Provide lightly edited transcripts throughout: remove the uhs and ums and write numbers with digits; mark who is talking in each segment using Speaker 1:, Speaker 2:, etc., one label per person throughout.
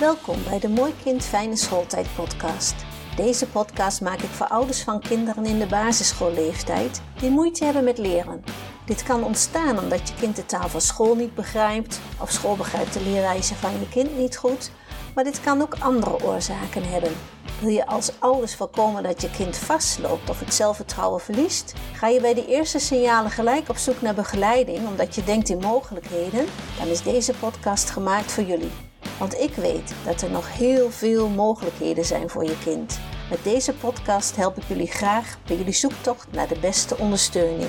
Speaker 1: Welkom bij de Mooi Kind Fijne Schooltijd podcast. Deze podcast maak ik voor ouders van kinderen in de basisschoolleeftijd die moeite hebben met leren. Dit kan ontstaan omdat je kind de taal van school niet begrijpt of school begrijpt de leerwijze van je kind niet goed, maar dit kan ook andere oorzaken hebben. Wil je als ouders voorkomen dat je kind vastloopt of het zelfvertrouwen verliest? Ga je bij de eerste signalen gelijk op zoek naar begeleiding omdat je denkt in mogelijkheden? Dan is deze podcast gemaakt voor jullie. Want ik weet dat er nog heel veel mogelijkheden zijn voor je kind. Met deze podcast help ik jullie graag bij jullie zoektocht naar de beste ondersteuning.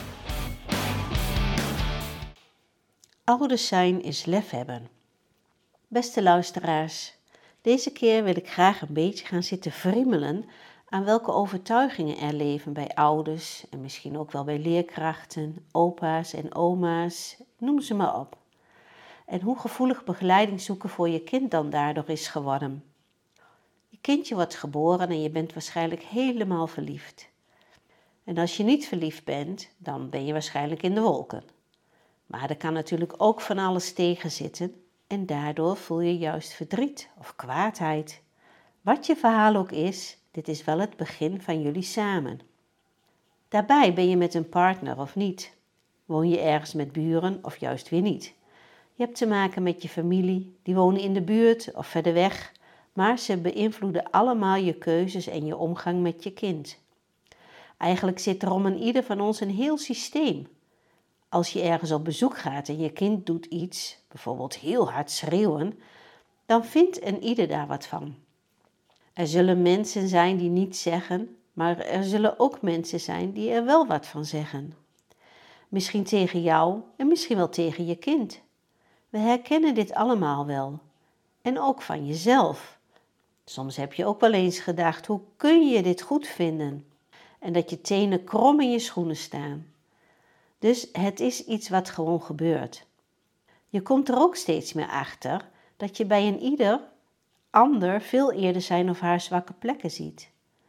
Speaker 2: Ouders zijn is lef hebben. Beste luisteraars, deze keer wil ik graag een beetje gaan zitten friemelen aan welke overtuigingen er leven bij ouders en misschien ook wel bij leerkrachten, opa's en oma's, noem ze maar op. En hoe gevoelig begeleiding zoeken voor je kind dan daardoor is geworden. Je kindje wordt geboren en je bent waarschijnlijk helemaal verliefd. En als je niet verliefd bent, dan ben je waarschijnlijk in de wolken. Maar er kan natuurlijk ook van alles tegen zitten en daardoor voel je juist verdriet of kwaadheid. Wat je verhaal ook is, dit is wel het begin van jullie samen. Daarbij ben je met een partner of niet. Woon je ergens met buren of juist weer niet. Je hebt te maken met je familie, die wonen in de buurt of verder weg, maar ze beïnvloeden allemaal je keuzes en je omgang met je kind. Eigenlijk zit er om in ieder van ons een heel systeem. Als je ergens op bezoek gaat en je kind doet iets, bijvoorbeeld heel hard schreeuwen, dan vindt een ieder daar wat van. Er zullen mensen zijn die niets zeggen, maar er zullen ook mensen zijn die er wel wat van zeggen. Misschien tegen jou en misschien wel tegen je kind. We herkennen dit allemaal wel. En ook van jezelf. Soms heb je ook wel eens gedacht, hoe kun je dit goed vinden? En dat je tenen krom in je schoenen staan. Dus het is iets wat gewoon gebeurt. Je komt er ook steeds meer achter dat je bij een ieder ander veel eerder zijn of haar zwakke plekken ziet.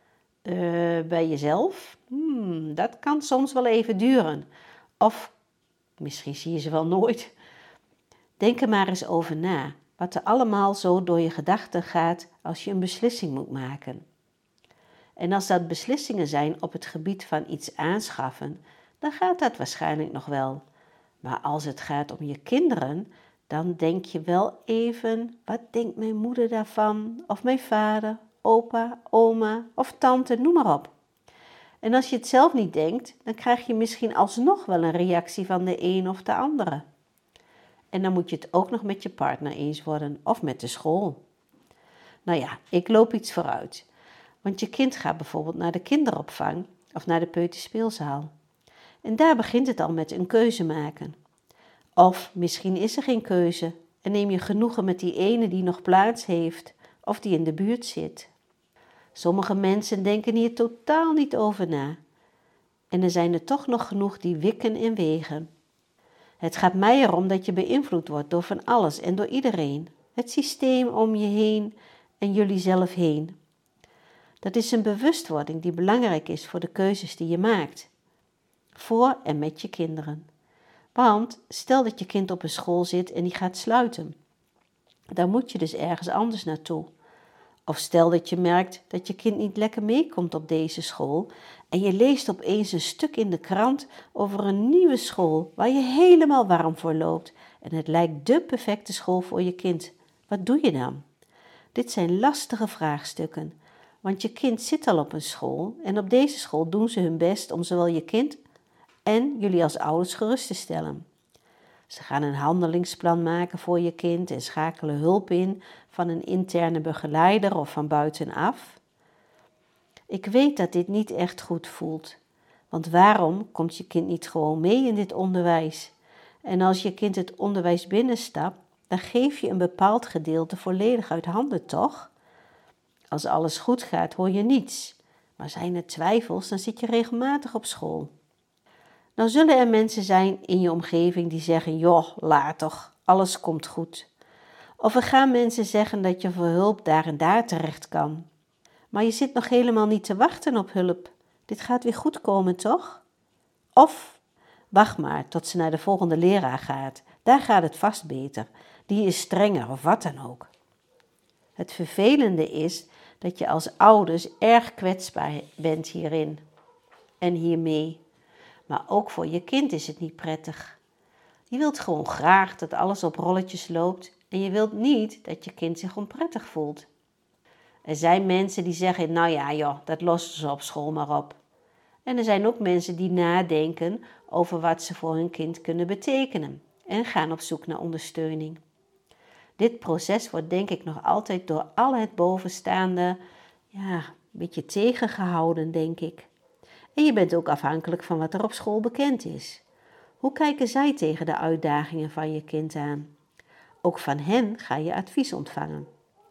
Speaker 2: Bij jezelf? Dat kan soms wel even duren. Of misschien zie je ze wel nooit. Denk er maar eens over na, wat er allemaal zo door je gedachten gaat als je een beslissing moet maken. En als dat beslissingen zijn op het gebied van iets aanschaffen, dan gaat dat waarschijnlijk nog wel. Maar als het gaat om je kinderen, dan denk je wel even, wat denkt mijn moeder daarvan? Of mijn vader, opa, oma of tante, noem maar op. En als je het zelf niet denkt, dan krijg je misschien alsnog wel een reactie van de een of de andere. En dan moet je het ook nog met je partner eens worden of met de school. Nou ja, ik loop iets vooruit. Want je kind gaat bijvoorbeeld naar de kinderopvang of naar de peuterspeelzaal. En daar begint het al met een keuze maken. Of misschien is er geen keuze en neem je genoegen met die ene die nog plaats heeft of die in de buurt zit. Sommige mensen denken hier totaal niet over na. En er zijn er toch nog genoeg die wikken en wegen. Het gaat mij erom dat je beïnvloed wordt door van alles en door iedereen. Het systeem om je heen en jullie zelf heen. Dat is een bewustwording die belangrijk is voor de keuzes die je maakt. Voor en met je kinderen. Want stel dat je kind op een school zit en die gaat sluiten. Dan moet je dus ergens anders naartoe. Of stel dat je merkt dat je kind niet lekker meekomt op deze school en je leest opeens een stuk in de krant over een nieuwe school waar je helemaal warm voor loopt en het lijkt dé perfecte school voor je kind. Wat doe je dan? Dit zijn lastige vraagstukken, want je kind zit al op een school en op deze school doen ze hun best om zowel je kind en jullie als ouders gerust te stellen. Ze gaan een handelingsplan maken voor je kind en schakelen hulp in van een interne begeleider of van buitenaf. Ik weet dat dit niet echt goed voelt, want waarom komt je kind niet gewoon mee in dit onderwijs? En als je kind het onderwijs binnenstapt, dan geef je een bepaald gedeelte volledig uit handen, toch? Als alles goed gaat, hoor je niets, maar zijn er twijfels, dan zit je regelmatig op school. Nou zullen er mensen zijn in je omgeving die zeggen, joh, laat toch, alles komt goed. Of er gaan mensen zeggen dat je voor hulp daar en daar terecht kan. Maar je zit nog helemaal niet te wachten op hulp. Dit gaat weer goed komen, toch? Of, wacht maar tot ze naar de volgende leraar gaat. Daar gaat het vast beter. Die is strenger of wat dan ook. Het vervelende is dat je als ouders erg kwetsbaar bent hierin en hiermee. Maar ook voor je kind is het niet prettig. Je wilt gewoon graag dat alles op rolletjes loopt en je wilt niet dat je kind zich onprettig voelt. Er zijn mensen die zeggen, nou ja joh, dat lossen ze op school maar op. En er zijn ook mensen die nadenken over wat ze voor hun kind kunnen betekenen en gaan op zoek naar ondersteuning. Dit proces wordt denk ik nog altijd door al het bovenstaande een beetje tegengehouden, denk ik. En je bent ook afhankelijk van wat er op school bekend is. Hoe kijken zij tegen de uitdagingen van je kind aan? Ook van hen ga je advies ontvangen.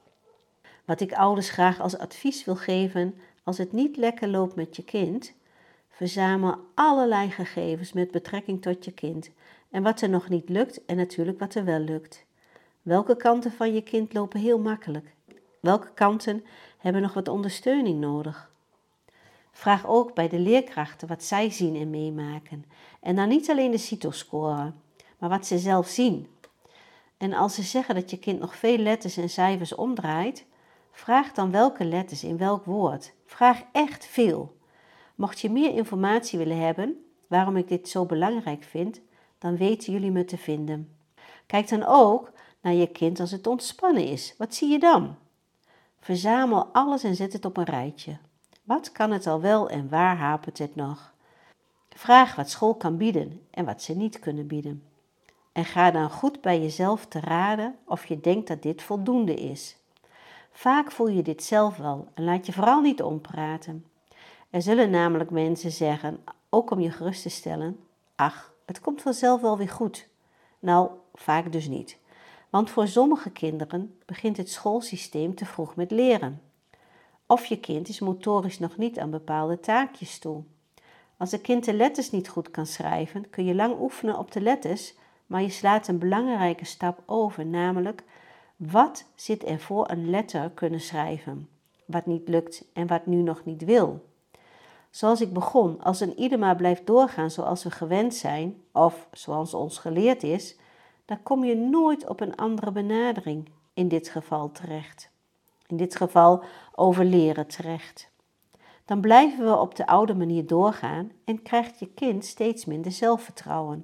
Speaker 2: Wat ik ouders graag als advies wil geven, als het niet lekker loopt met je kind, verzamel allerlei gegevens met betrekking tot je kind en wat er nog niet lukt en natuurlijk wat er wel lukt. Welke kanten van je kind lopen heel makkelijk? Welke kanten hebben nog wat ondersteuning nodig? Vraag ook bij de leerkrachten wat zij zien en meemaken. En dan niet alleen de CITO-score, maar wat ze zelf zien. En als ze zeggen dat je kind nog veel letters en cijfers omdraait, vraag dan welke letters in welk woord. Vraag echt veel. Mocht je meer informatie willen hebben, waarom ik dit zo belangrijk vind, dan weten jullie me te vinden. Kijk dan ook naar je kind als het ontspannen is. Wat zie je dan? Verzamel alles en zet het op een rijtje. Wat kan het al wel en waar hapert het nog? Vraag wat school kan bieden en wat ze niet kunnen bieden. En ga dan goed bij jezelf te raden of je denkt dat dit voldoende is. Vaak voel je dit zelf wel en laat je vooral niet ompraten. Er zullen namelijk mensen zeggen, ook om je gerust te stellen, ach, het komt vanzelf wel weer goed. Nou, vaak dus niet. Want voor sommige kinderen begint het schoolsysteem te vroeg met leren. Of je kind is motorisch nog niet aan bepaalde taakjes toe. Als een kind de letters niet goed kan schrijven, kun je lang oefenen op de letters, maar je slaat een belangrijke stap over, namelijk wat zit er voor een letter kunnen schrijven, wat niet lukt en wat nu nog niet wil. Zoals ik begon, als een ieder maar blijft doorgaan zoals we gewend zijn, of zoals ons geleerd is, dan kom je nooit op een andere benadering in dit geval terecht. In dit geval over leren terecht. Dan blijven we op de oude manier doorgaan en krijgt je kind steeds minder zelfvertrouwen.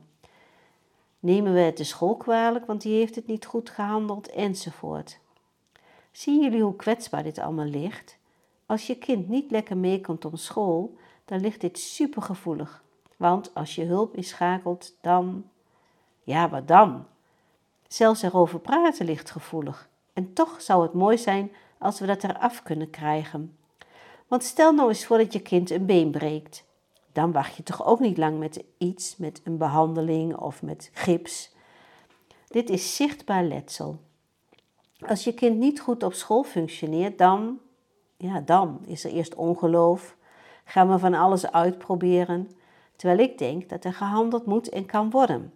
Speaker 2: Nemen we het de school kwalijk, want die heeft het niet goed gehandeld, enzovoort. Zien jullie hoe kwetsbaar dit allemaal ligt? Als je kind niet lekker meekomt op school, dan ligt dit supergevoelig. Want als je hulp inschakelt, dan... Ja, wat dan? Zelfs erover praten ligt gevoelig. En toch zou het mooi zijn als we dat eraf kunnen krijgen. Want stel nou eens voor dat je kind een been breekt. Dan wacht je toch ook niet lang met iets, met een behandeling of met gips. Dit is zichtbaar letsel. Als je kind niet goed op school functioneert, dan is er eerst ongeloof. Gaan we van alles uitproberen, terwijl ik denk dat er gehandeld moet en kan worden.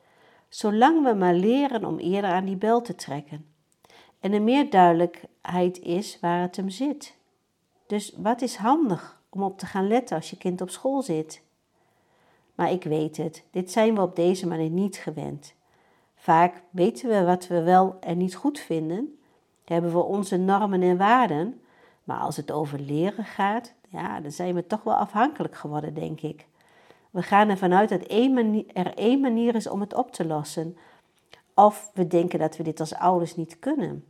Speaker 2: Zolang we maar leren om eerder aan die bel te trekken. En er meer duidelijkheid is waar het hem zit. Dus wat is handig om op te gaan letten als je kind op school zit? Maar ik weet het, dit zijn we op deze manier niet gewend. Vaak weten we wat we wel en niet goed vinden, hebben we onze normen en waarden, maar als het over leren gaat, dan zijn we toch wel afhankelijk geworden, denk ik. We gaan ervan uit dat er één manier is om het op te lossen, of we denken dat we dit als ouders niet kunnen.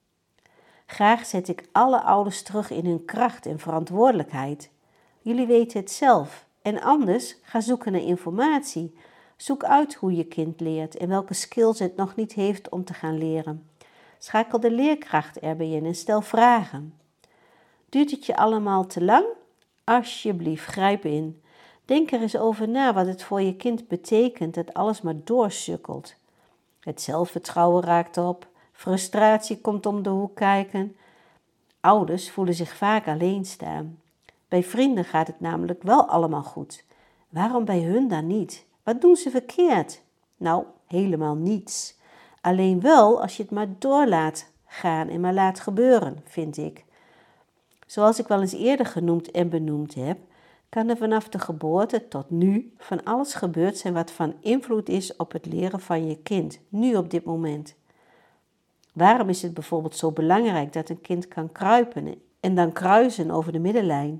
Speaker 2: Graag zet ik alle ouders terug in hun kracht en verantwoordelijkheid. Jullie weten het zelf. En anders, ga zoeken naar informatie. Zoek uit hoe je kind leert en welke skills het nog niet heeft om te gaan leren. Schakel de leerkracht erbij in en stel vragen. Duurt het je allemaal te lang? Alsjeblieft, grijp in. Denk er eens over na wat het voor je kind betekent dat alles maar doorsukkelt. Het zelfvertrouwen raakt op. Frustratie komt om de hoek kijken. Ouders voelen zich vaak alleen staan. Bij vrienden gaat het namelijk wel allemaal goed. Waarom bij hun dan niet? Wat doen ze verkeerd? Nou, helemaal niets. Alleen wel als je het maar door laat gaan en maar laat gebeuren, vind ik. Zoals ik wel eens eerder genoemd en benoemd heb, kan er vanaf de geboorte tot nu van alles gebeurd zijn wat van invloed is op het leren van je kind, nu op dit moment. Waarom is het bijvoorbeeld zo belangrijk dat een kind kan kruipen en dan kruisen over de middenlijn?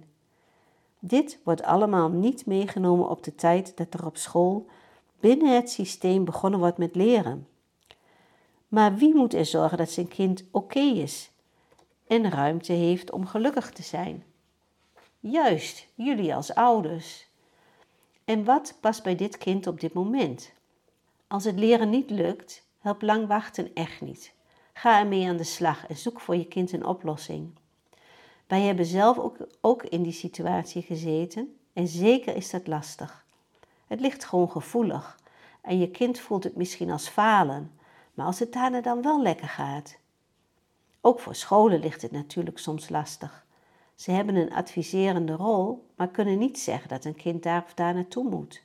Speaker 2: Dit wordt allemaal niet meegenomen op de tijd dat er op school binnen het systeem begonnen wordt met leren. Maar wie moet er zorgen dat zijn kind oké is en ruimte heeft om gelukkig te zijn? Juist, jullie als ouders. En wat past bij dit kind op dit moment? Als het leren niet lukt, helpt lang wachten echt niet. Ga ermee aan de slag en zoek voor je kind een oplossing. Wij hebben zelf ook in die situatie gezeten en zeker is dat lastig. Het ligt gewoon gevoelig en je kind voelt het misschien als falen, maar als het daarna dan wel lekker gaat. Ook voor scholen ligt het natuurlijk soms lastig. Ze hebben een adviserende rol, maar kunnen niet zeggen dat een kind daar of daar naartoe moet.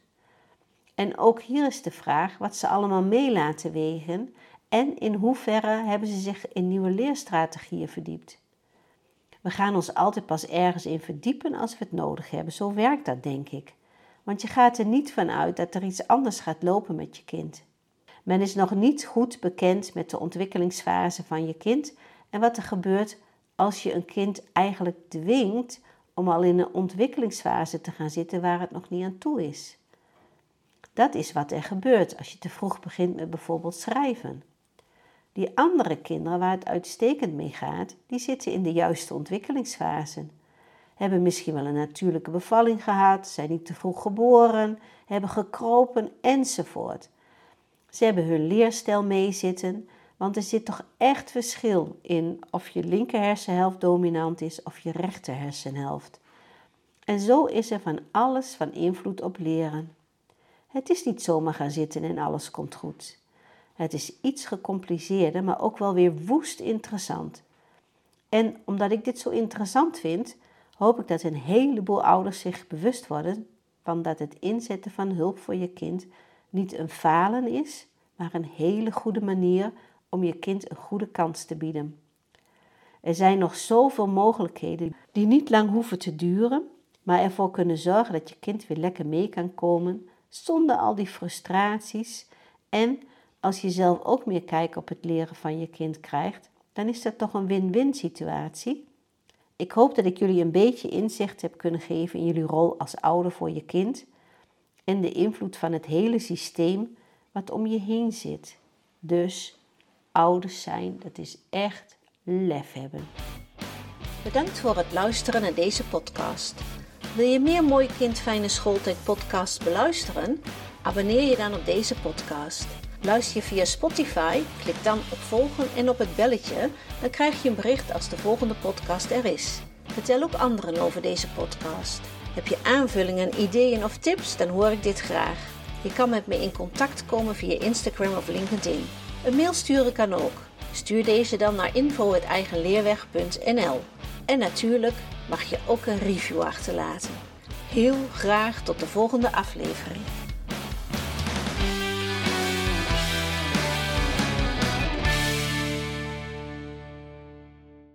Speaker 2: En ook hier is de vraag wat ze allemaal mee laten wegen en in hoeverre hebben ze zich in nieuwe leerstrategieën verdiept. We gaan ons altijd pas ergens in verdiepen als we het nodig hebben. Zo werkt dat, denk ik. Want je gaat er niet van uit dat er iets anders gaat lopen met je kind. Men is nog niet goed bekend met de ontwikkelingsfase van je kind en wat er gebeurt als je een kind eigenlijk dwingt om al in een ontwikkelingsfase te gaan zitten waar het nog niet aan toe is. Dat is wat er gebeurt als je te vroeg begint met bijvoorbeeld schrijven. Die andere kinderen waar het uitstekend mee gaat, die zitten in de juiste ontwikkelingsfase. Hebben misschien wel een natuurlijke bevalling gehad, zijn niet te vroeg geboren, hebben gekropen enzovoort. Ze hebben hun leerstijl meezitten, want er zit toch echt verschil in of je linker hersenhelft dominant is of je rechter hersenhelft. En zo is er van alles van invloed op leren. Het is niet zomaar gaan zitten en alles komt goed. Het is iets gecompliceerder, maar ook wel weer woest interessant. En omdat ik dit zo interessant vind, hoop ik dat een heleboel ouders zich bewust worden van dat het inzetten van hulp voor je kind niet een falen is, maar een hele goede manier om je kind een goede kans te bieden. Er zijn nog zoveel mogelijkheden die niet lang hoeven te duren, maar ervoor kunnen zorgen dat je kind weer lekker mee kan komen zonder al die frustraties. En als je zelf ook meer kijk op het leren van je kind krijgt, dan is dat toch een win-win situatie. Ik hoop dat ik jullie een beetje inzicht heb kunnen geven in jullie rol als ouder voor je kind en de invloed van het hele systeem wat om je heen zit. Dus ouders zijn, dat is echt lef hebben.
Speaker 1: Bedankt voor het luisteren naar deze podcast. Wil je meer Mooi Kind Fijne Schooltijd podcasts beluisteren? Abonneer je dan op deze podcast. Luister je via Spotify? Klik dan op volgen en op het belletje. Dan krijg je een bericht als de volgende podcast er is. Vertel ook anderen over deze podcast. Heb je aanvullingen, ideeën of tips? Dan hoor ik dit graag. Je kan met me in contact komen via Instagram of LinkedIn. Een mail sturen kan ook. Stuur deze dan naar info@eigenleerweg.nl. En natuurlijk mag je ook een review achterlaten. Heel graag tot de volgende aflevering.